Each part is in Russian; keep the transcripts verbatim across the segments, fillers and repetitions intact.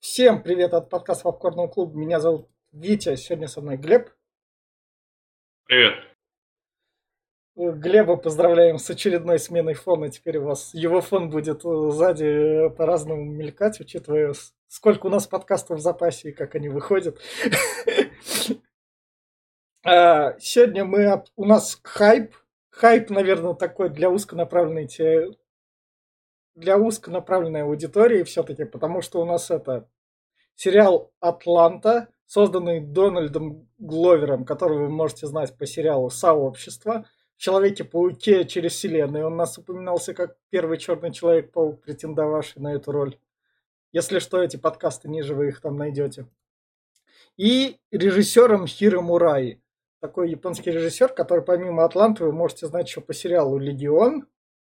Всем привет от подкаста Попкорного клуба. Меня зовут Витя, сегодня со мной Глеб. Привет. Глеба поздравляем с очередной сменой фона. Теперь у вас его фон будет сзади по-разному мелькать, учитывая, сколько у нас подкастов в запасе и как они выходят. Сегодня мы у нас хайп. Хайп, наверное, такой для узконаправленной те... для узконаправленной аудитории все-таки, потому что у нас это сериал «Атланта», созданный Дональдом Гловером, которого вы можете знать по сериалу «Сообщество», в «Человеке-пауке» через вселенную. Он у нас упоминался как первый черный человек-паук, претендовавший на эту роль. Если что, эти подкасты ниже, вы их там найдете. И режиссером Хиро Мураи. Такой японский режиссер, который помимо «Атланты» вы можете знать еще по сериалу «Легион»,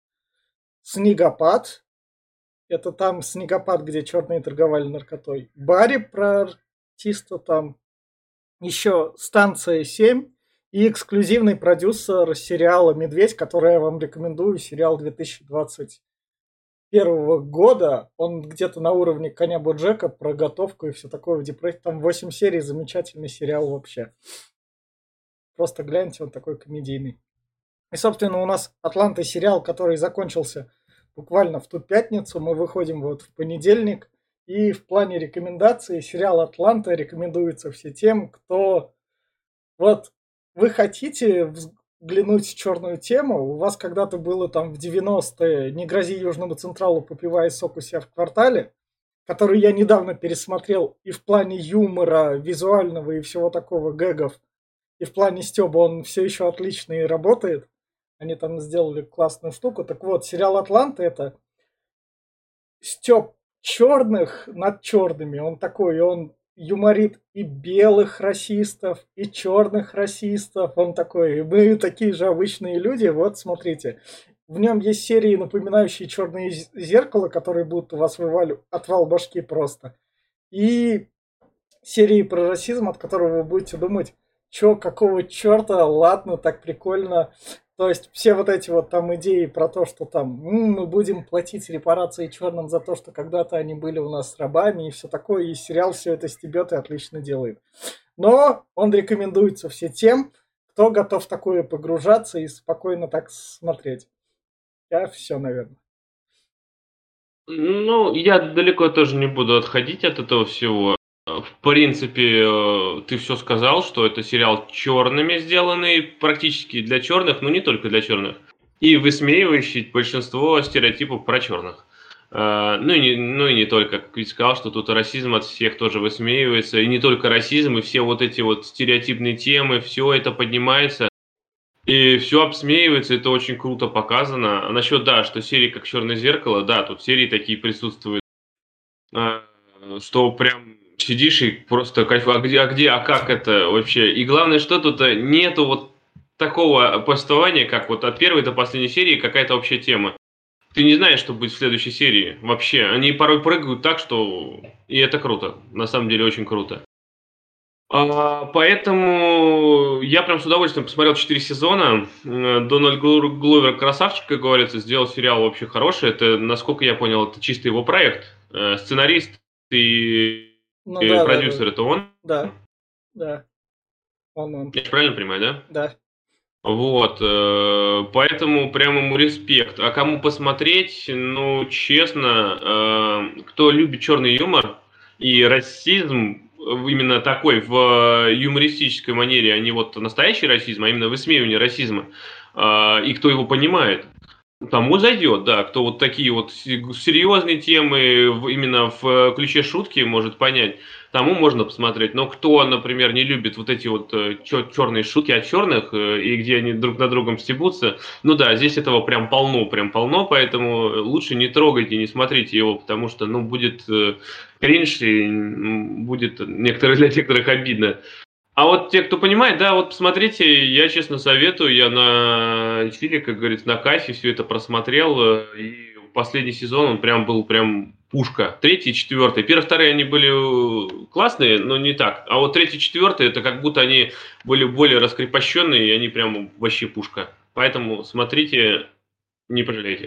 «Снегопад». Это там «Снегопад», где черные торговали наркотой. Барри про артиста там. Еще «Станция семь». И эксклюзивный продюсер сериала «Медведь», который я вам рекомендую. Сериал две тысячи двадцать первого года. Он где-то на уровне «Коня Боджека», про готовку и все такое в депрессии. Там восемь серий, замечательный сериал вообще. Просто гляньте, он такой комедийный. И, собственно, у нас «Атланта» сериал, который закончился буквально в ту пятницу. Мы выходим вот в понедельник. И в плане рекомендаций сериал «Атланта» рекомендуется все тем, кто... Вот вы хотите взглянуть в черную тему, у вас когда-то было там в девяностые «Не грози Южному Централу, попивая сок у себя в квартале», который я недавно пересмотрел и в плане юмора, визуального и всего такого гэгов, и в плане стёба он все еще отлично и работает. Они там сделали классную штуку. Так вот, сериал «Атланта» — это стёб черных над черными. Он такой, он юморит и белых расистов, и черных расистов. Он такой, мы такие же обычные люди. Вот, смотрите. В нем есть серии, напоминающие «Черное зеркало», которые будут у вас вываливать отвал башки просто. И серии про расизм, от которого вы будете думать, чё, какого черта, ладно, так прикольно. То есть все вот эти вот там идеи про то, что там м, мы будем платить репарации черным за то, что когда-то они были у нас рабами и все такое, и сериал все это стебет и отлично делает. Но он рекомендуется все тем, кто готов в такое погружаться и спокойно так смотреть. Я все, наверное. Ну, я далеко тоже не буду отходить от этого всего. В принципе, э, ты все сказал, что это сериал черными сделанный, практически для черных, но не только для черных, и высмеивающий большинство стереотипов про черных. Э, Ну и, не, ну и не только, как ты сказал, что тут расизм от всех тоже высмеивается, и не только расизм, и все вот эти вот стереотипные темы, все это поднимается. И все обсмеивается, это очень круто показано. А насчет, да, что серии как «Черное зеркало», да, тут серии такие присутствуют, а, что прям сидишь и просто кайф, а где, а где, а как это вообще? И главное, что тут э, нету вот такого повествования, как вот от первой до последней серии какая-то общая тема. Ты не знаешь, что будет в следующей серии вообще. Они порой прыгают так, что... И это круто. На самом деле очень круто. А, поэтому я прям с удовольствием посмотрел четыре сезона. Э, Дональд Гло- Гловер красавчик, как говорится, сделал сериал вообще хороший. Это, насколько я понял, это чисто его проект. Э, Сценарист и Ну и да, да, да, продюсер — это он. да, да, он, он, Я же правильно понимаю, да? да. Вот, э, поэтому прям ему респект. А кому посмотреть, ну, честно, э, кто любит черный юмор и расизм, э, именно такой в юмористической манере, а не вот настоящий расизм, а именно высмеивание расизма, э, и кто его понимает, тому зайдет, да, кто вот такие вот се- серьезные темы в- именно в ключе шутки может понять, тому можно посмотреть. Но кто, например, не любит вот эти вот черные шутки о черных, э, и где они друг на другом стебутся, ну да, здесь этого прям полно, прям полно, поэтому лучше не трогайте, не смотрите его, потому что, ну, будет э, кринж и м, будет некоторых, для некоторых обидно. А вот те, кто понимает, да, вот посмотрите, я честно советую, я на чиле, как говорится, на кайфе все это просмотрел, э, и последний сезон он прям был прям пушка. Третий и четвертый. Первые, вторые они были э, классные, но не так. А вот третий, четвертый, это как будто они были более раскрепощенные, и они прям вообще пушка. Поэтому смотрите, не пожалеете.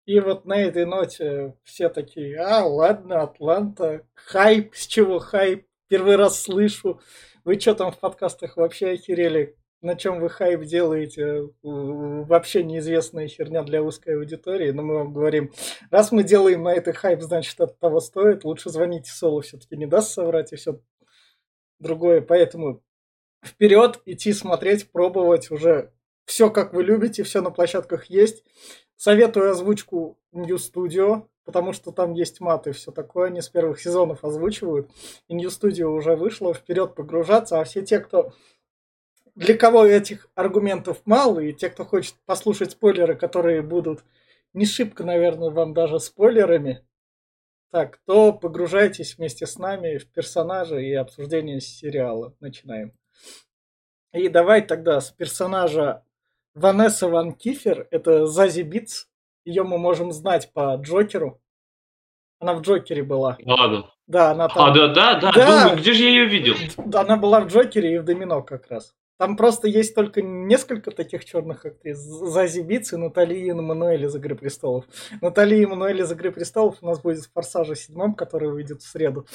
И вот на этой ноте все такие, а, ладно, Атланта, хайп, с чего хайп, первый раз слышу. Вы что там в подкастах вообще охерели? На чем вы хайп делаете? Вообще неизвестная херня для узкой аудитории. Но мы вам говорим, раз мы делаем на это хайп, значит, это того стоит. Лучше звоните Солу, все-таки не даст соврать и все другое. Поэтому вперед, идти смотреть, пробовать уже все, как вы любите, все на площадках есть. Советую озвучку New Studio, потому что там есть мат и все такое. Они с первых сезонов озвучивают. И New Studio уже вышло, вперед погружаться. А все те, кто... Для кого этих аргументов мало, и те, кто хочет послушать спойлеры, которые будут не шибко, наверное, вам даже спойлерами, так, то погружайтесь вместе с нами в персонажа и обсуждение сериала. Начинаем. И давай тогда с персонажа Ванесса Ван Кифер, это Зази Битц. Ее мы можем знать по Джокеру. Она в Джокере была. Ладно. Да, она там... А, да, да, да, да. Думаю, где же я ее видел? Она была в Джокере и в Домино как раз. Там просто есть только несколько таких черных актрис. Зази Битц и Натали Эммануэль из «Игры престолов». Натали Эммануэль из «Игры престолов» у нас будет в «Форсаже седьмом», который выйдет в среду.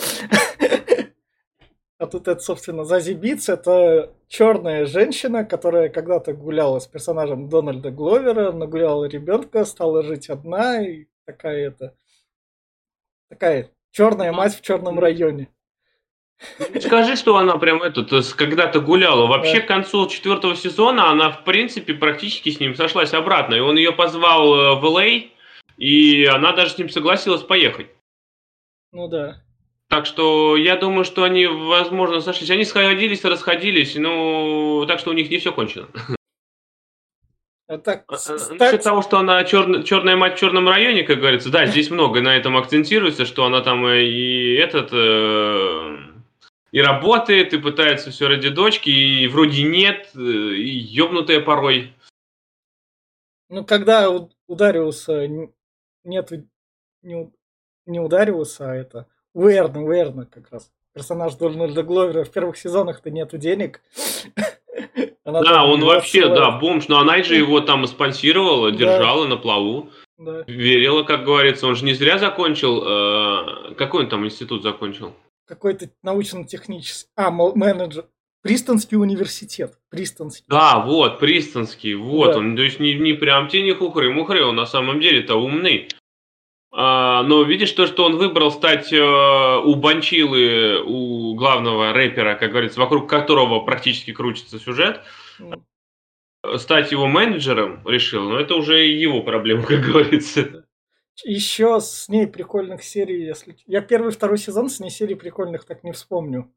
А тут это, собственно, Зази Битц. Это черная женщина, которая когда-то гуляла с персонажем Дональда Гловера, нагуляла ребенка, стала жить одна и такая это... Такая черная мать в черном районе. Скажи, что она прям этот, когда-то гуляла. Вообще, да. К концу четвертого сезона она, в принципе, практически с ним сошлась обратно. И он ее позвал в Эл Эй, и она даже с ним согласилась поехать. Ну да. Так что я думаю, что они, возможно, сошлись. Они сходились, расходились, ну, так что у них не все кончено. А так, Насчет так... того, что она чер... черная мать в черном районе, как говорится, да, здесь много на этом акцентируется, что она там и этот... Э... И работает, и пытается все ради дочки, и вроде нет, и ёбнутая порой. Ну, когда у, у Дариуса нет, не, не у Дариуса, а это у Эрна, у Эрна как раз. Персонаж Дональда Гловера в первых сезонах-то нету денег. Она да, он вообще, отсылает. Да, бомж, но она же его там спонсировала, держала да. на плаву. Да. Верила, как говорится, он же не зря закончил. Э, какой он там институт закончил? Какой-то научно-технический. А, менеджер. Пристонский университет. Пристонский. Да, вот, Пристонский. Вот да. Он. То есть не, не прям те не хухры-мухры, он на самом деле-то умный. А, но видишь, то, что он выбрал стать э, у Банчилы, у главного рэпера, как говорится, вокруг которого практически крутится сюжет, mm. стать его менеджером решил, но это уже его проблема, как говорится. Еще с ней прикольных серий, если... Я первый, второй сезон с ней серий прикольных так не вспомню.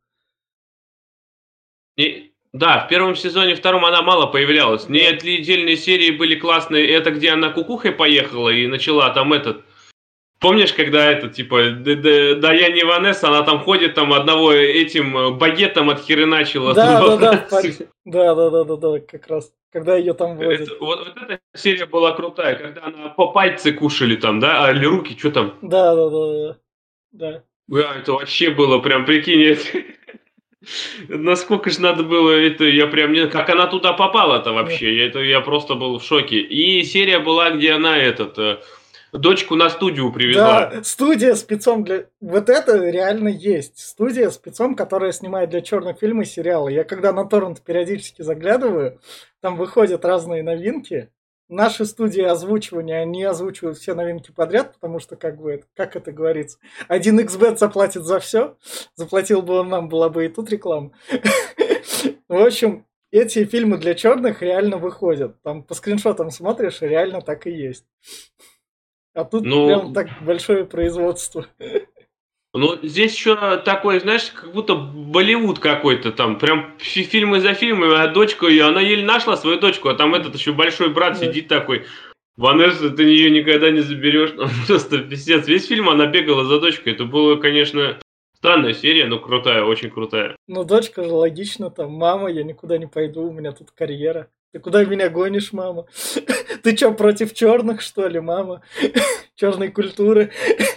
И, да, в первом сезоне, втором она мало появлялась. Да. Нет, отдельные серии были классные. Это где она кукухой поехала и начала там этот... Помнишь, когда это, типа, да, да, да я не Ванесса, она там ходит, там одного этим багетом отхереначила. Да, да, да, да, да, да, да, да, как раз. Когда ее там возят. Это, вот, вот эта серия была крутая, когда она по пальцы кушали там, да, а, или руки, что там? Да, да, да, да. Да, это вообще было прям, прикинь, это... Насколько же надо было это, я прям не... Как она туда попала-то вообще, я, это, я просто был в шоке. И серия была, где она этот... Дочку на студию привезла. Да, студия спецом для... Вот это реально есть. Студия спецом, которая снимает для черных фильмов и сериалы. Я когда на торрент периодически заглядываю, там выходят разные новинки. Наши студии озвучивания, они озвучивают все новинки подряд, потому что, как бы, как это говорится, один икс бет заплатит за все. Заплатил бы он нам, была бы и тут реклама. В общем, эти фильмы для черных реально выходят. Там по скриншотам смотришь, и реально так и есть. А тут ну, прям так большое производство. Ну, здесь еще такой, знаешь, как будто Болливуд какой-то там. Прям фильмы за фильмами, а дочка ее, она еле нашла свою дочку, а там этот еще большой брат да. сидит такой. Ванесса, ты ее никогда не заберешь. Просто пиздец. Весь фильм она бегала за дочкой. Это было, конечно, странная серия, но крутая, очень крутая. Ну, дочка же логично там. Мама, я никуда не пойду, у меня тут карьера. Ты куда меня гонишь, мама? Ты что, против черных, что ли, мама? Черной культуры?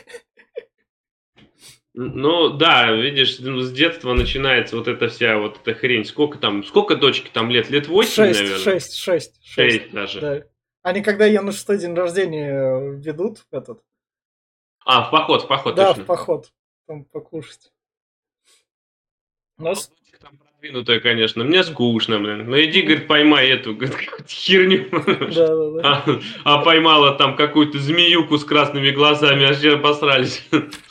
Ну, да, видишь, с детства начинается вот эта вся вот эта хрень. Сколько там, сколько дочки там лет? Лет восемь, шесть, наверное? Шесть, шесть. Шесть даже. Да. Они когда ее на шестой день рождения ведут в этот... А, в поход, в поход, Да, точно. в поход. Там покушать. Ну, там продвинутая, конечно. Мне скучно, блин. Ну иди, говорит, поймай эту говорит, какую-то херню. Да, да, да. А, а поймала там какую-то змеюку с красными глазами, аж все обосрались.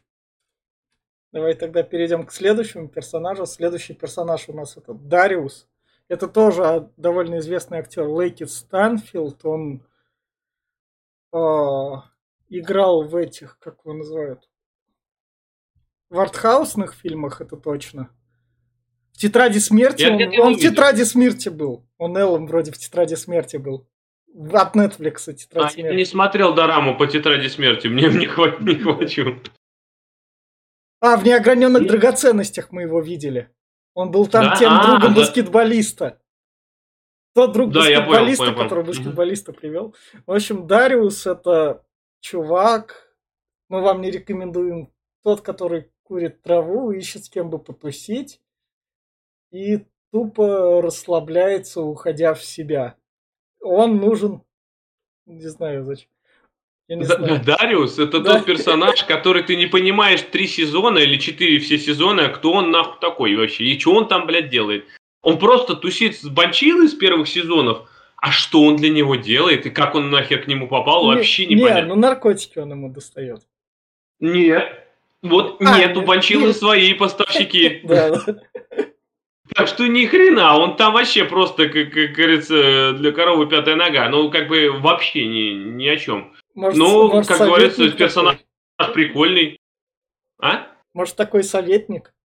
Давай тогда перейдем к следующему персонажу. Следующий персонаж у нас это Дариус. Это тоже довольно известный актер Лейки Станфилд. Он э, играл в этих, как его называют, в артхаусных фильмах, это точно. В «Тетради смерти» Я он, где-то его он в видел. «Тетради смерти» был. Он Эллом вроде в «Тетради смерти» был. От Netflix «Тетрадь А, смерти». я не смотрел дораму по тетради смерти, мне не, хват, не хватило. А, в «Неограненных драгоценностях» мы его видели. Он был там Да? тем А, другом да. баскетболиста. Тот друг Да, я понял, баскетболиста, понял, понял. который баскетболиста привел. В общем, Дариус это чувак. Мы вам не рекомендуем. Тот, который курит траву, ищет с кем бы потусить. И тупо расслабляется, уходя в себя. Он нужен... Не знаю зачем. Я не Да- знаю. Дариус это Да. тот персонаж, который ты не понимаешь три сезона или четыре все сезона, кто он нахуй такой вообще, и что он там, блядь, делает. Он просто тусит с Банчилой с первых сезонов, а что он для него делает и как он нахер к нему попал, Не, вообще не, непонятно. ну наркотики он ему достает. Нет. Вот А, нет, у нет, Банчилы нет. свои поставщики. Да, да. Так что ни хрена, он там вообще просто, как, как говорится, для коровы пятая нога. Ну, как бы вообще ни, ни о чем. Может, Ну, может, как говорится, советник персонаж такой? прикольный. А? Может, такой советник?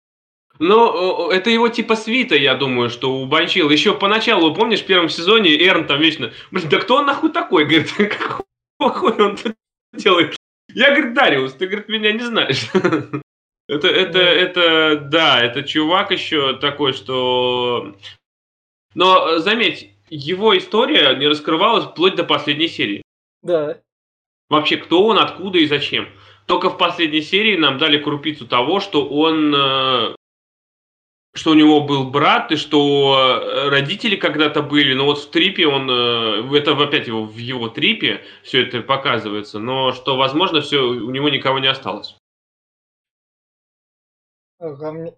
Ну, это его типа свита, я думаю, что у Банчил. Еще поначалу, помнишь, в первом сезоне Эрн там вечно... Блин, да кто он нахуй такой? Говорит, какой он тут делает? Я, говорит, Дариус, ты, говорит, меня не знаешь. Это, это, это, да, это чувак еще такой, что... Но, заметь, его история не раскрывалась вплоть до последней серии. Да. Вообще, кто он, откуда и зачем. Только в последней серии нам дали крупицу того, что он... что у него был брат, и что родители когда-то были, но вот в трипе он, это опять его, в его трипе все это показывается, но что, возможно, все, у него никого не осталось. Ага, мне...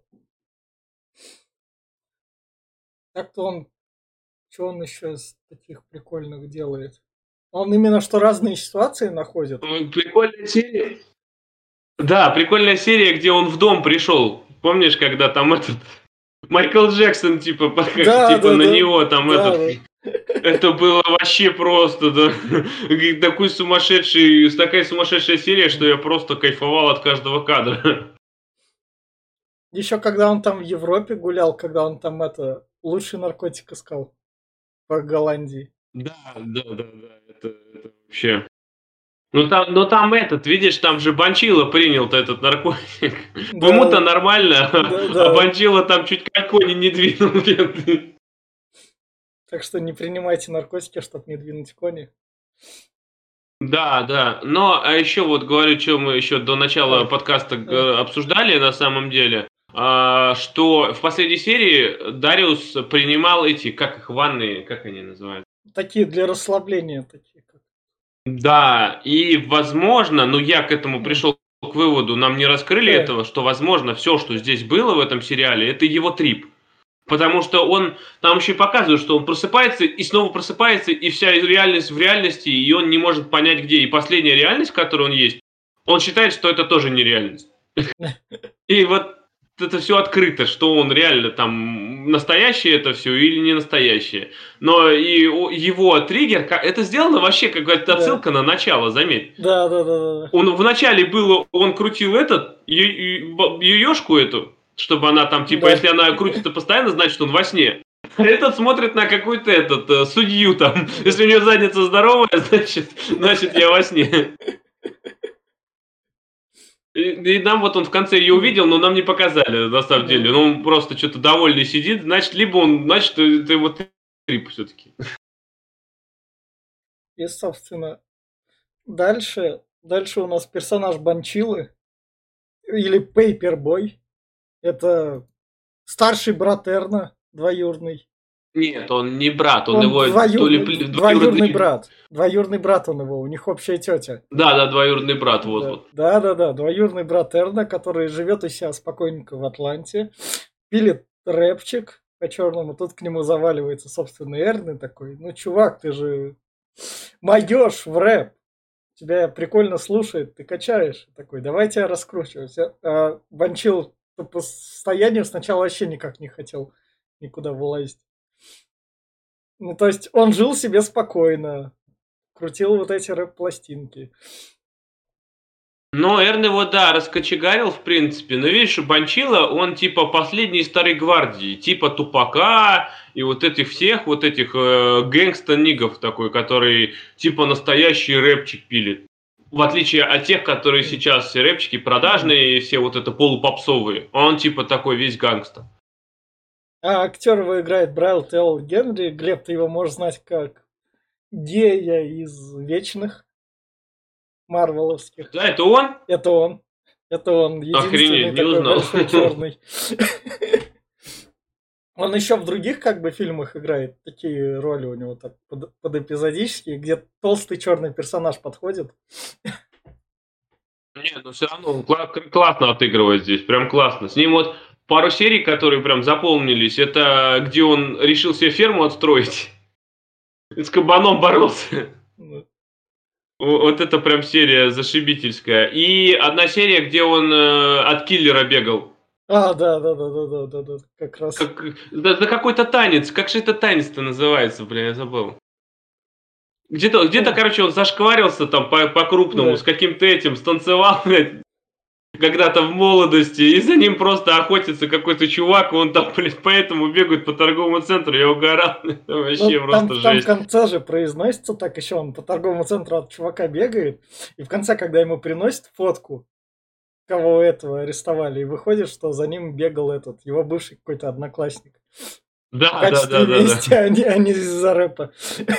Так-то он... Что он еще из таких прикольных делает? Он именно что разные ситуации находит. Прикольная серия. Да, прикольная серия, где он в дом пришел. Помнишь, когда там этот Майкл Джексон, типа, да, типа да, на да, него там да, этот... да. Это было вообще просто, да. Такой сумасшедший, такая сумасшедшая серия, что я просто кайфовал от каждого кадра. Еще когда он там в Европе гулял, когда он там это лучший наркотик искал по Голландии. Да, да, да, да, это, это вообще. Ну там, ну там этот, видишь, там же Банчила принял-то этот наркотик. Да, Ему-то нормально, да, да. а Банчила там чуть кони не двинул, бедный. Так что не принимайте наркотики, чтобы не двинуть кони. Да, да. Но а еще вот говорю, что мы еще до начала А, подкаста а. обсуждали на самом деле, а, что в последней серии Дариус принимал эти, как их, ванны, как они называют? Такие для расслабления такие. Да, и возможно, ну я к этому пришел к выводу, нам не раскрыли Да. этого, что возможно все, что здесь было в этом сериале, это его трип. Потому что он там еще и показывает, что он просыпается и снова просыпается, и вся реальность в реальности, и он не может понять, где. И последняя реальность, в которой он есть, он считает, что это тоже не реальность. И вот это все открыто, что он реально там настоящее это все или не настоящее. Но и его триггер, это сделано вообще какая-то отсылка на начало, заметь. Да, да, да, да. Он в начале было, он крутил этот, юешку эту, чтобы она там, типа, Да. если она крутится постоянно, значит, он во сне. Этот смотрит на какой-то этот, э, судью там. Если у нее задница здоровая, значит, значит я во сне. И, и нам вот он в конце ее увидел, но нам не показали, на самом деле. Ну, он просто что-то довольный сидит, значит, либо он, значит, это его трип все-таки. И, собственно, дальше, дальше у нас персонаж Банчилы, или Пейпербой. Это старший брат Эрна, двоюродный. Нет, он не брат, он Он его то ли двоюродный, пл- двоюродный двоюродный... брат. Двоюродный брат он его, у них общая тетя. Да, да, двоюродный брат, Да, вот-вот. да, да, да, двоюродный брат Эрна, который живет у себя спокойненько в Атланте, пилит рэпчик по-черному, тут к нему заваливается собственный Эрн и такой, ну, чувак, ты же могешь в рэп, тебя прикольно слушает, ты качаешь. Такой, давайте раскручивать. А Банчил по состоянию сначала вообще никак не хотел никуда вылазить. Ну, то есть он жил себе спокойно, крутил вот эти рэп-пластинки. Но Эрн его, да, раскочегарил, в принципе. Но видишь, Банчила, он типа последний из старой гвардии. Типа Тупака и вот этих всех, вот этих э, гэнгста-нигов такой, который типа настоящий рэпчик пилит. В отличие от тех, которые сейчас все рэпчики продажные, и все вот это полупопсовые. Он типа такой весь гангста. А актер его играет Брайл Телл Генри. Глеб, ты его можешь знать как гея из Вечных марвеловских. Да, это он? Это он. Это он. Охренеть, Единственный не такой узнал. большой черный. Он еще в других как бы фильмах играет. Такие роли у него так под, подэпизодические, где толстый черный персонаж подходит. Не, ну все равно он кла- классно отыгрывает здесь, прям классно. С ним вот пару серий, которые прям запомнились, это где он решил себе ферму отстроить, с кабаном боролся. Ну, О- Вот это прям серия зашибительская. И одна серия, где он э, от киллера бегал. А, да, да, да, да, да, да, да, как раз. Как, да, да какой-то танец. Как же это танец-то называется, блин, я забыл. Где-то, где-то, Ну, короче, он зашкварился там по- по-крупному, да. с каким-то этим, станцевал, блядь, когда-то в молодости, и за ним просто охотится какой-то чувак, и он там, блядь, поэтому бегает по торговому центру, я угорал. Это вообще Ну, там, просто там в жесть. конце же произносится так еще, он по торговому центру от чувака бегает, и в конце, когда ему приносят фотку, кого этого арестовали, и выходит, что за ним бегал этот, его бывший какой-то одноклассник. В Да, да, качестве да, да, да. мести, а не, а не из-за рэпа.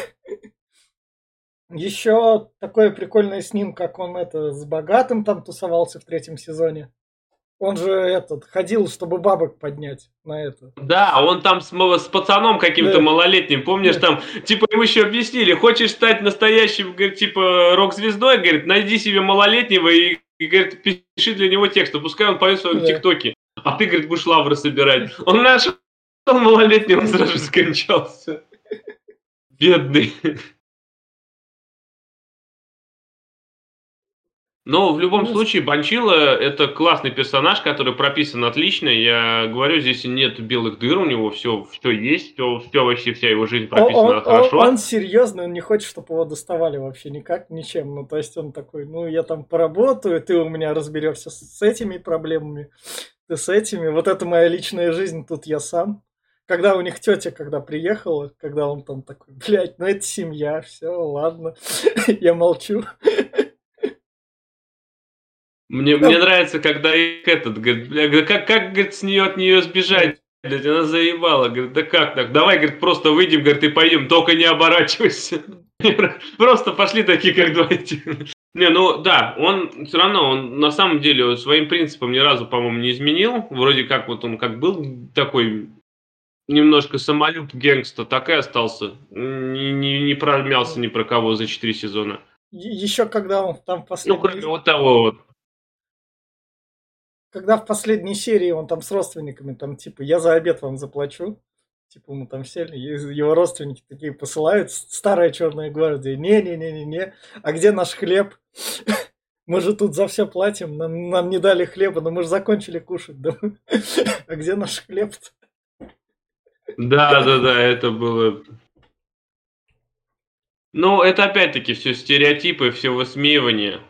Еще такое прикольное с ним, как он это с богатым там тусовался в третьем сезоне. Он же этот ходил, чтобы бабок поднять на это. Да, он там с, мо- с пацаном каким-то Да, малолетним, помнишь, да, там, типа, ему еще объяснили, хочешь стать настоящим, говорит, типа, рок-звездой, говорит, найди себе малолетнего и, и, говорит, пиши для него текст, а пускай он поет в своем да. тиктоке, а ты, говорит, будешь лавры собирать. Он нашел малолетнего, он сразу же скончался. Бедный. Но в любом Ну, случае Банчила это классный персонаж, который прописан отлично. Я говорю, здесь нет белых дыр, у него все, все есть, все, все вообще вся его жизнь Он, прописана он, он, хорошо. он серьезный, он не хочет, чтобы его доставали вообще никак, ничем. Ну, то есть он такой, ну, я там поработаю, ты у меня разберешься с, с этими проблемами, ты с этими. Вот это моя личная жизнь, тут я сам. Когда у них тетя, когда приехала, когда он там такой, блядь, ну это семья, все, ладно, я молчу. Мне, мне Там, нравится, когда их этот, говорит, бля, говорит, как, как говорит, с нее от нее блядь, сбежать? Блядь, она заебала. Говорит, да как так? Давай, говорит, просто выйдем, говорит, и пойдем, только не оборачивайся. Просто пошли такие, как два этих. Не, ну да, он все равно, он на самом деле своим принципам ни разу, по-моему, не изменил. Вроде как вот он как был такой немножко самолюб гэнгста, так и остался. Не, не, не промялся ни про кого за четыре сезона. еще когда он там в Ну, кроме последней, вот того вот. когда в последней серии он там с родственниками, там типа, я за обед вам заплачу. Типа мы там сели, и его родственники такие посылают, старая черная гвардия, не-не-не-не-не, а где наш хлеб? Мы же тут за все платим, нам, нам не дали хлеба, но мы же закончили кушать. Да? А где наш хлеб-то? Да, да, да, это было. Ну, это опять-таки все стереотипы, все высмеивание.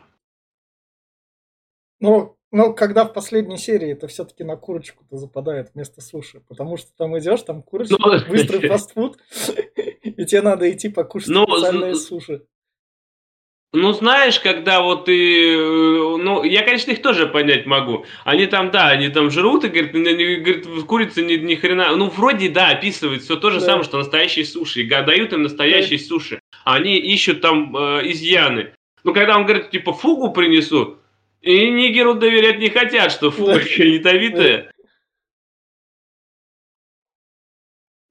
Ну, ну, когда в последней серии это все-таки на курочку-то западает вместо суши, потому что там идешь, там Ну, курочка, быстрый фастфуд, и тебе надо идти покушать ну, специальные з- суши. ну, знаешь, когда вот ты, э, ну, я, конечно, их тоже понять могу. Они там, да, они там жрут, и, говорит, н- н- говорит, курица ни, ни хрена, ну, вроде, да, описывает все то же самое, Да, что настоящие суши, и га- дают им да, настоящие суши. А они ищут там э, изъяны. Ну, когда он говорит, типа, фугу принесу, и нигеру доверять не хотят, что фуга да, да. ядовитая.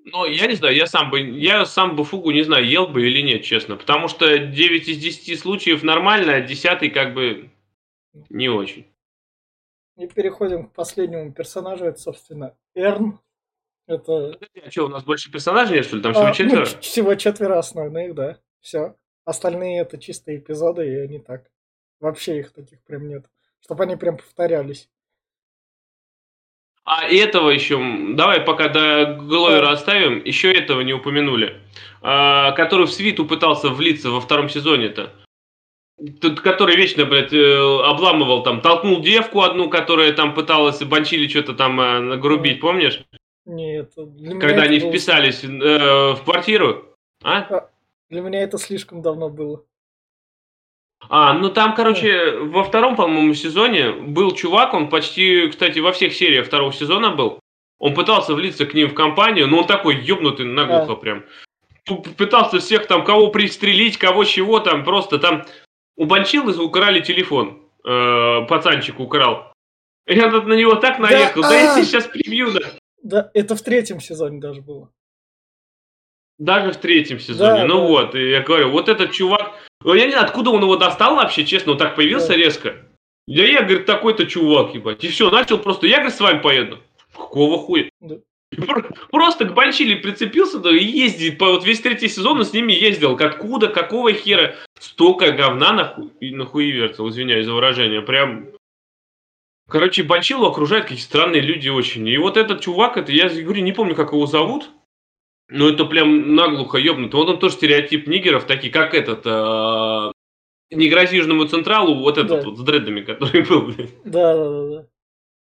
Но я не знаю, я сам бы, я сам бы фугу не знаю, ел бы или нет, честно. Потому что девять из десяти случаев нормально, а десятый как бы не очень. И переходим к последнему персонажу, это, собственно, Эрн. Это... Подожди, а что, у нас больше персонажей нет, что ли? Там всего А, ну, четверо? ч- всего четверо основных, да. Все. Остальные это чистые эпизоды, и они так. Вообще их таких прям нет. Чтобы они прям повторялись. А и этого еще, м, давай пока до Гловера А, оставим, еще этого не упомянули. А, который в свиту пытался влиться во втором сезоне-то. Тот, который вечно, блядь, э, обламывал там, толкнул девку одну, которая там пыталась Банчили что-то там э, а, нагрубить, помнишь? нет, для меня Когда это они было... сли- вписались э, в квартиру. А? а, для меня это слишком давно было. А, ну там, А, короче, во втором, по-моему, сезоне был чувак, он почти, кстати, во всех сериях второго сезона был. Он пытался влиться к ним в компанию, но он такой ёбнутый наглухо а, прям. П- Пытался всех там, кого пристрелить, кого чего там, просто там у Банчилы украли телефон. Э, пацанчик украл. И я тут на него так да, наехал, да я тебе а, сейчас прибью, да. да, это в третьем сезоне даже было. Даже в третьем сезоне. Да, Ну да, вот, и я говорю, вот этот чувак, ну, я не знаю, откуда он его достал вообще, честно, он так появился да. резко. Я, я, говорит, такой-то чувак, ебать. И все, начал просто, я, говорит, с вами поеду. Какого хуя? Да. Просто к Банчили прицепился, да, и ездит. По, вот весь третий сезон он с ними ездил. Откуда, какого хера? Столько говна нахуй, нахуй вертел, извиняюсь за выражение. Прям... Короче, Банчилу окружают какие-то странные люди очень. И вот этот чувак, это, я говорю, не помню, как его зовут. Ну, это прям наглухо ёбнуто. Вот он тоже стереотип нигеров, такие, как этот, э, не грози Южному Централу, вот этот Да, вот с дредами, который был, блин. да, да, да, да.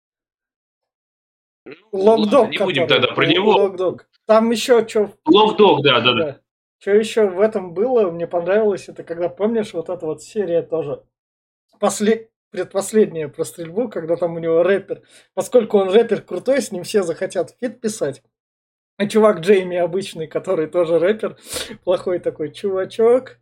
Ну, ладно, Локдог, не будем который. тогда про Л- него. Локдог. Там еще что... Локдог, да, да, да. Да. Что еще в этом было, мне понравилось, это когда, помнишь, вот эта вот серия тоже. Послед... Предпоследняя про стрельбу, когда там у него рэпер. Поскольку он рэпер крутой, с ним все захотят фит писать. А чувак Джейми обычный, который тоже рэпер, плохой такой чувачок.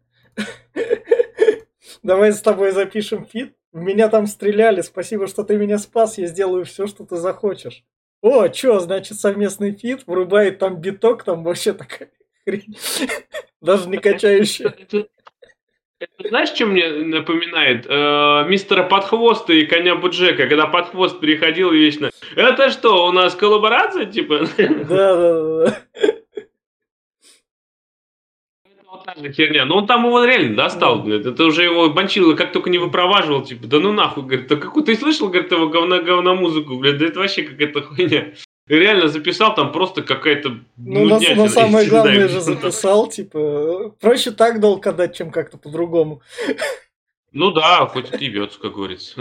Давай с тобой запишем фит. В меня там стреляли, спасибо, что ты меня спас, я сделаю все, что ты захочешь. О, чё, значит, совместный фит, врубает там биток, там вообще такая хрень. Даже не качающая. Это, это знаешь, что мне напоминает? Э, мистера Подхвоста и коня Буджека, когда Подхвост переходил вечно. Это что, у нас коллаборация, типа? Да, да, да, да. Вот та же херня. Но он там его реально достал, Да. блядь. Это уже его Банчило как только не выпроваживал, типа, да ну нахуй, говорит, да какой ты слышал, говорит, его говно говно музыку, блядь, да это вообще какая-то хуйня. И реально записал там просто какая-то Ну, на, на нуднятина, самое если главное же знаю. записал, типа, проще так долг отдать, чем как-то по-другому. Ну да, хоть отъебется, как говорится.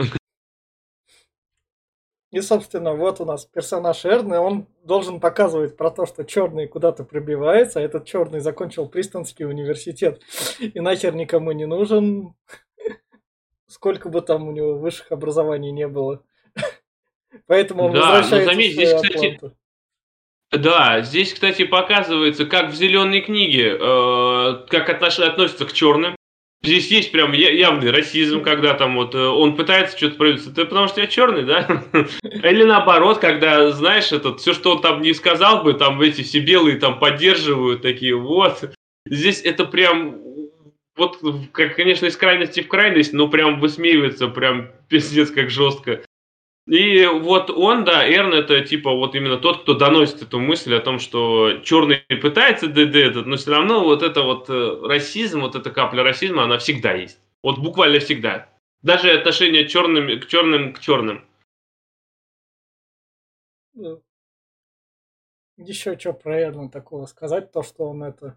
И, собственно, вот у нас персонаж Эрны, он должен показывать про то, что черный куда-то пробивается, а этот черный закончил Пристонский университет и нахер никому не нужен, сколько бы там у него высших образований не было. Поэтому он Да, но возвращается в заметь, здесь, свою кстати, Атланту. да, здесь, кстати, показывается, как в зеленой книге, э, как отнош- относятся к черным. Здесь есть прям я- явный расизм, когда там вот э, он пытается что-то проявиться. Ты потому что я черный, да? Или наоборот, когда, знаешь, этот, все, что он там не сказал бы, там эти все белые там поддерживают, такие, вот. Здесь это прям, вот, как, конечно, из крайности в крайность, но прям высмеивается, прям пиздец как жестко. И вот он, да, Эрн, это типа вот именно тот, кто доносит эту мысль о том, что черный пытается ДД этот, но все равно вот это вот э, расизм, вот эта капля расизма, она всегда есть. Вот буквально всегда. Даже отношение черным, к черным к черным. Еще что про Эрна такого сказать, то, что он это...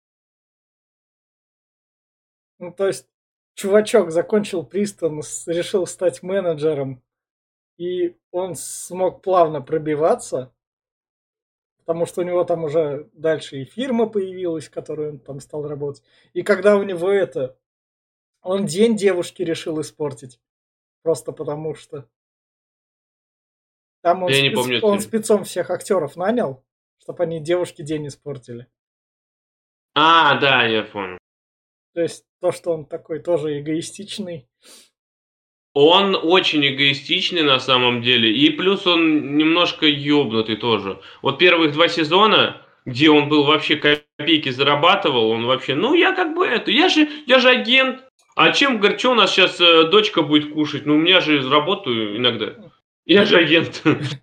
Ну, то есть, чувачок закончил Пристон, с- решил стать менеджером, и он смог плавно пробиваться, потому что у него там уже дальше и фирма появилась, в которой он там стал работать. И когда у него это... Он день девушки решил испортить. Просто потому что... Там он, Я не спец... помню эту он серию. спецом всех актеров нанял, чтобы они девушке день испортили. А, да, я понял. То есть то, что он такой тоже эгоистичный. Он очень эгоистичный на самом деле, и плюс он немножко ёбнутый тоже. Вот первых два сезона, где он был вообще копейки зарабатывал, он вообще, ну я как бы это, я же, я же агент, а чем, говорит, что у нас сейчас э, дочка будет кушать, ну у меня же работаю иногда, я же агент.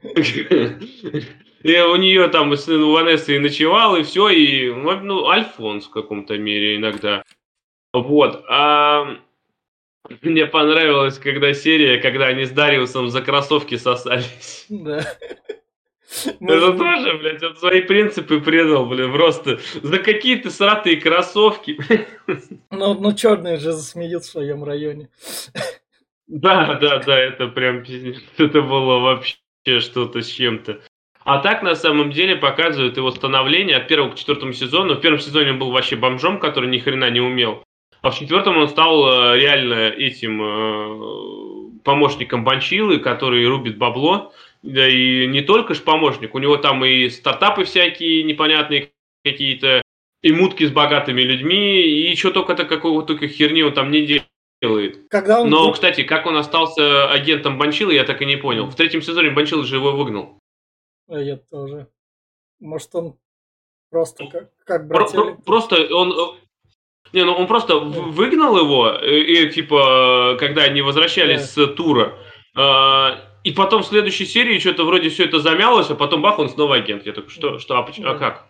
И у нее там сын у Ванессы и ночевал, и все, и, ну, Альфонс в каком-то мере иногда. Вот, а мне понравилась когда серия, когда они с Дариусом за кроссовки сосались. Да. Это Нужно... тоже, блядь, он свои принципы предал, блин, просто за какие-то сратые кроссовки. Ну, ну черные же засмеют в своем районе. Да, да, да, это прям пиздец. Это было вообще что-то с чем-то. А так, на самом деле, показывают его становление от первого к четвертому сезону. В первом сезоне он был вообще бомжом, который ни хрена не умел. А в четвертом он стал э, реально этим э, помощником Банчилы, который рубит бабло. Да и не только ж помощник, у него там и стартапы всякие непонятные какие-то, и мутки с богатыми людьми, и еще только-то какого-то только херни он там не делает. Когда он... Но, кстати, как он остался агентом Банчилы, я так и не понял. В третьем сезоне Банчилы же его выгнал. А я тоже. Может, он просто как, как Про- братель. про- Просто он... Не, ну он просто в- выгнал его, и, и, типа, когда они возвращались с тура, э, и потом в следующей серии что-то вроде все это замялось, а потом бах, он снова агент. Я такой, что, что, а, поч- а как?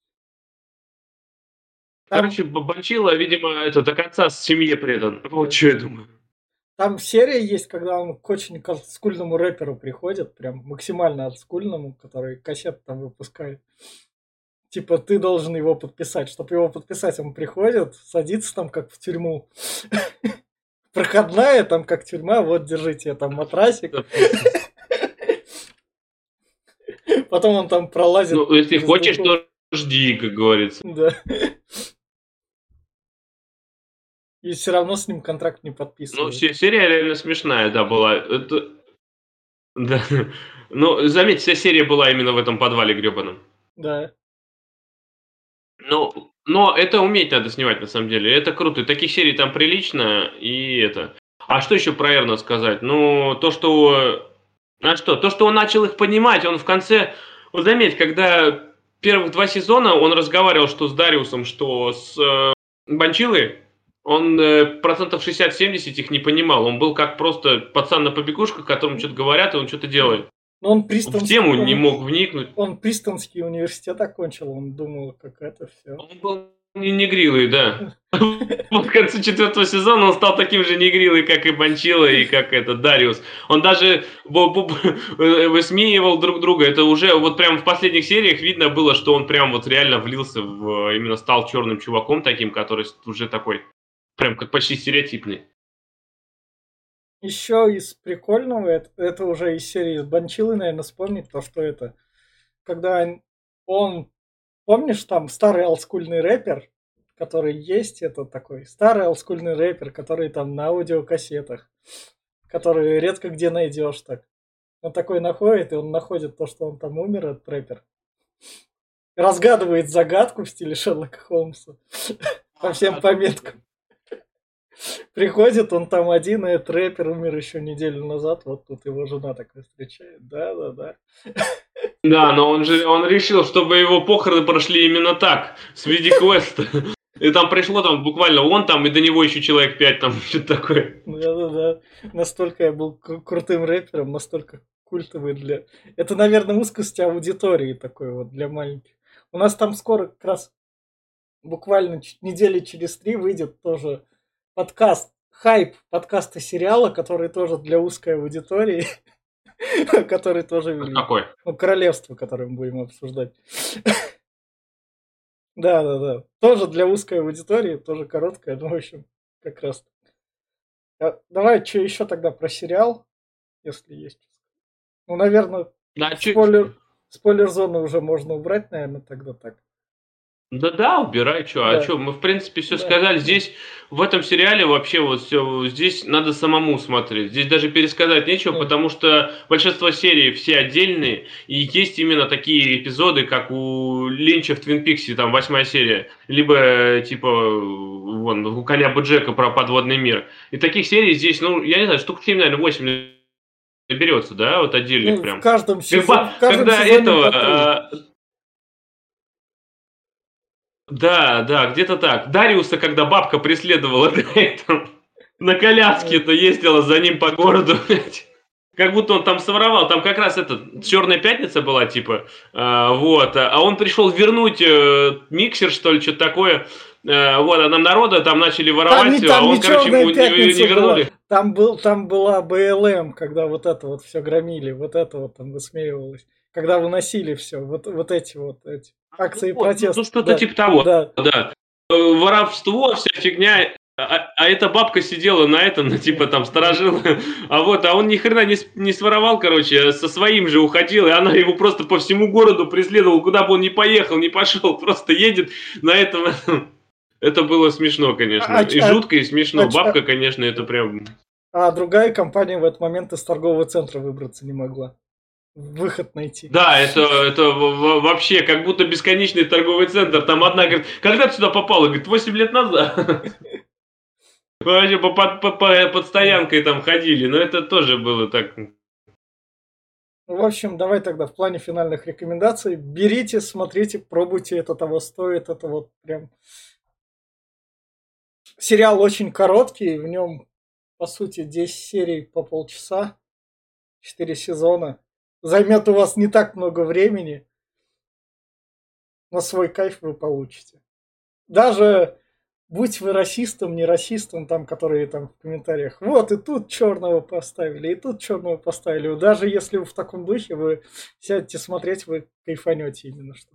Там, Короче, Б- Банчила, видимо, это до конца с семье предан. Вот что я думаю. там серия есть, когда он к очень олдскульному рэперу приходит, прям максимально олдскульному, который кассет там выпускает. Типа, ты должен его подписать. Чтобы его подписать, он приходит, садится там, как в тюрьму. Проходная, там, как тюрьма, вот, держите, там, матрасик. Потом он там пролазит. Ну, если хочешь, то жди, как говорится. Да. И все равно с ним контракт не Ну, подписывают. се- серия реально смешная, да, была. Это... Да. Ну, заметь, вся серия была именно в этом подвале гребаном. Да. Ну, но это уметь надо снимать, на самом деле. Это круто. И таких серий там прилично, и это... А что еще про Эрна сказать? Ну, то, что... А что? То, что он начал их понимать, он в конце... Вот заметь, когда первых два сезона он разговаривал что с Дариусом, что с э, Банчилой, он э, процентов шестьдесят-семьдесят их не понимал. Он был как просто пацан на побегушках, которому что-то говорят, и он что-то делает. Но он В Пристонский, тему он, не мог вникнуть. он Пристонский университет окончил, он думал, как это все. Он был не негрилый, да. Вот к концу четвертого сезона он стал таким же негрилой, как и Банчила, и как этот Дариус. Он даже бу- бу- высмеивал друг друга. Это уже вот прям в последних сериях видно было, что он прям вот реально влился в... Именно стал черным чуваком таким, который уже такой, прям как почти стереотипный. Еще из прикольного, это, это уже из серии с Банчилой, наверное, вспомнить то, что это. Когда он, он, помнишь, там старый олдскульный рэпер, который есть, это такой старый олдскульный рэпер, который там на аудиокассетах, который редко где найдешь так. Он такой находит, и он находит то, что он там умер, этот рэпер. Разгадывает загадку в стиле Шерлока Холмса по всем пометкам. Приходит, он там один, и этот рэпер умер еще неделю назад, вот тут его жена такая встречает. Да-да-да. Да, но он же он решил, чтобы его похороны прошли именно так, с виде квеста. И там пришло там буквально он там, и до него еще человек пять, там что-то такое. Да-да-да. Настолько я был кру- крутым рэпером, настолько культовый для... Это, наверное, узкость аудитории такой вот для маленьких. У нас там скоро как раз буквально ч- недели через три выйдет тоже подкаст, хайп подкаста сериала, который тоже для узкой аудитории, который тоже велик. Какой? Ну, королевство, которое мы будем обсуждать. Да, да, да. Тоже для узкой аудитории, тоже короткая, ну, в общем, как раз. А, давай, что еще тогда про сериал, если есть. Ну, наверное, Да, чё- спойлер, спойлер-зону уже можно убрать, наверное, тогда так. Да, да, убирай, что, а Да. что, мы в принципе все Да. сказали. Здесь в этом сериале вообще вот все, здесь надо самому смотреть. Здесь даже пересказать нечего, Да. потому что большинство серий все отдельные, и есть именно такие эпизоды, как у Линча в Твин Пиксе, там восьмая серия, либо э, типа вон у Коня Боджека про подводный мир. И таких серий здесь, ну, я не знаю, штук семь, наверное, восемь наберется, да, вот отдельных Ну, прям. в каждом, сезон, Когда, в каждом когда сезоне этого, по три. а, Да, да, где-то так. Дариуса, когда бабка преследовала там, на коляске-то ездила за ним по городу, блядь. Как будто он там своровал. Там как раз это Черная пятница была, типа. А, вот. А он пришел вернуть э, миксер, что ли, что-то такое. Э, вот, а нам народа там начали Там воровать не, все, а там он, не короче, Черная ему не, не пятница была. вернули. Там, был, там была БЛМ, когда вот это вот все громили, вот это вот там высмеивалось. Когда выносили все, вот, вот эти вот эти Ну акции вот, ну, ну протеста. что-то Да, типа того, да. да. Э, Воровство, вся фигня. А, а эта бабка сидела на этом, ну, типа там сторожила, а вот, а он ни хрена не, с- не своровал, короче, а со своим же уходил, и она его просто по всему городу преследовала, куда бы он ни поехал, ни пошел, просто едет на этом. Это было смешно, конечно, А, и а, жутко, и а, смешно. а, Бабка, конечно, это прям... а другая компания в этот момент из торгового центра выбраться не могла. Выход найти. Да, это, это в- в- вообще как будто бесконечный торговый центр. Там одна говорит, когда ты сюда попала? Говорит, восемь лет назад. Вообще по, под, по- по- под стоянкой там ходили, но это тоже было так. Ну, в общем, давай тогда в плане финальных рекомендаций. Берите, смотрите, пробуйте, это того стоит. Это вот прям... Сериал очень короткий, в нем, по сути, десять серий по полчаса, четыре сезона. Займет у вас не так много времени, но свой кайф вы получите. Даже будь вы расистом, не расистом, там, которые там в комментариях, вот и тут черного поставили, и тут черного поставили. Даже если вы в таком духе, вы сядете смотреть, вы кайфанете именно что.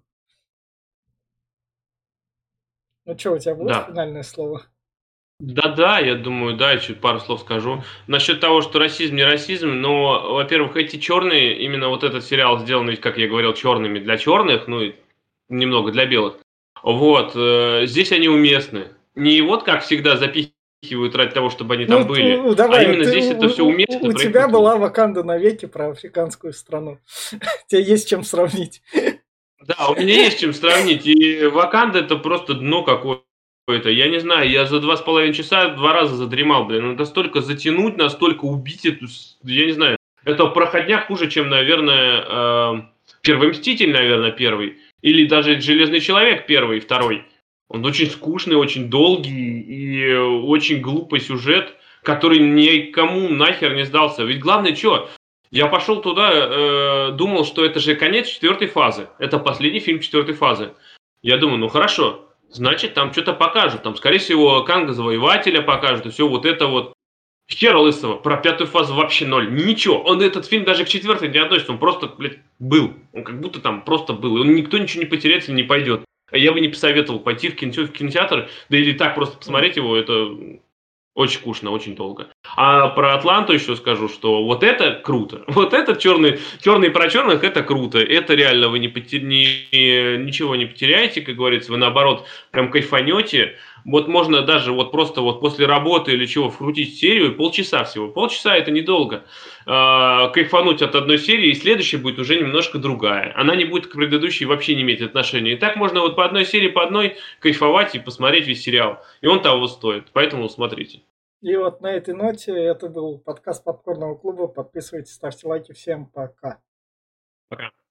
Ну что, у тебя будет Да. финальное слово? Да-да, я думаю, да, чуть пару слов скажу. Насчет того, что расизм не расизм, но, во-первых, эти черные, именно вот этот сериал сделан, ведь, как я говорил, черными для черных, ну и немного для белых. Вот, э, здесь они уместны. Не вот как всегда запихивают ради того, чтобы они там Ну, были, т- а давай, именно ты, здесь это все у, у- уместно, у тебя проработано. была Ваканда навеки про африканскую страну. Тебе есть чем сравнить. Да, у меня есть чем сравнить. И Ваканда это просто дно какое-то. Я не знаю, я за два с половиной часа два раза задремал, блин. Ну, настолько затянуть, настолько убить эту... с- Я не знаю. Это проходняк хуже, чем, наверное, э, Первый Мститель, наверное, первый. Или даже Железный Человек первый и второй. Он очень скучный, очень долгий и э, очень глупый сюжет, который никому нахер не сдался. Ведь главное, что? Я пошел туда, э, думал, что это же конец четвертой фазы. Это последний фильм четвертой фазы. Я думаю, ну хорошо, значит там что-то покажут. Там, скорее всего, Канга Завоевателя покажут, и все вот это вот. Хера лысого, про пятую фазу вообще ноль. Ничего. Он этот фильм даже к четвертой не относится, он просто, блядь, был. Он как будто там просто был. И он никто ничего не потеряет, если не пойдет. А я бы не посоветовал пойти в, кино, в кинотеатр, да или так просто посмотреть его, это очень скучно, очень долго. А про Атланту еще скажу, что вот это круто. Вот это черный, черный про черных, это круто. Это реально вы не потер... не, ничего не потеряете, как говорится. Вы наоборот прям кайфанете. Вот можно даже вот просто вот после работы или чего вкрутить серию, полчаса всего. Полчаса это недолго. А, кайфануть от одной серии, и следующая будет уже немножко другая. Она не будет к предыдущей вообще не иметь отношения. И так можно вот по одной серии, по одной кайфовать и посмотреть весь сериал. И он того стоит. Поэтому смотрите. И вот на этой ноте это был подкаст Попкорного клуба. Подписывайтесь, ставьте лайки. Всем пока. Пока.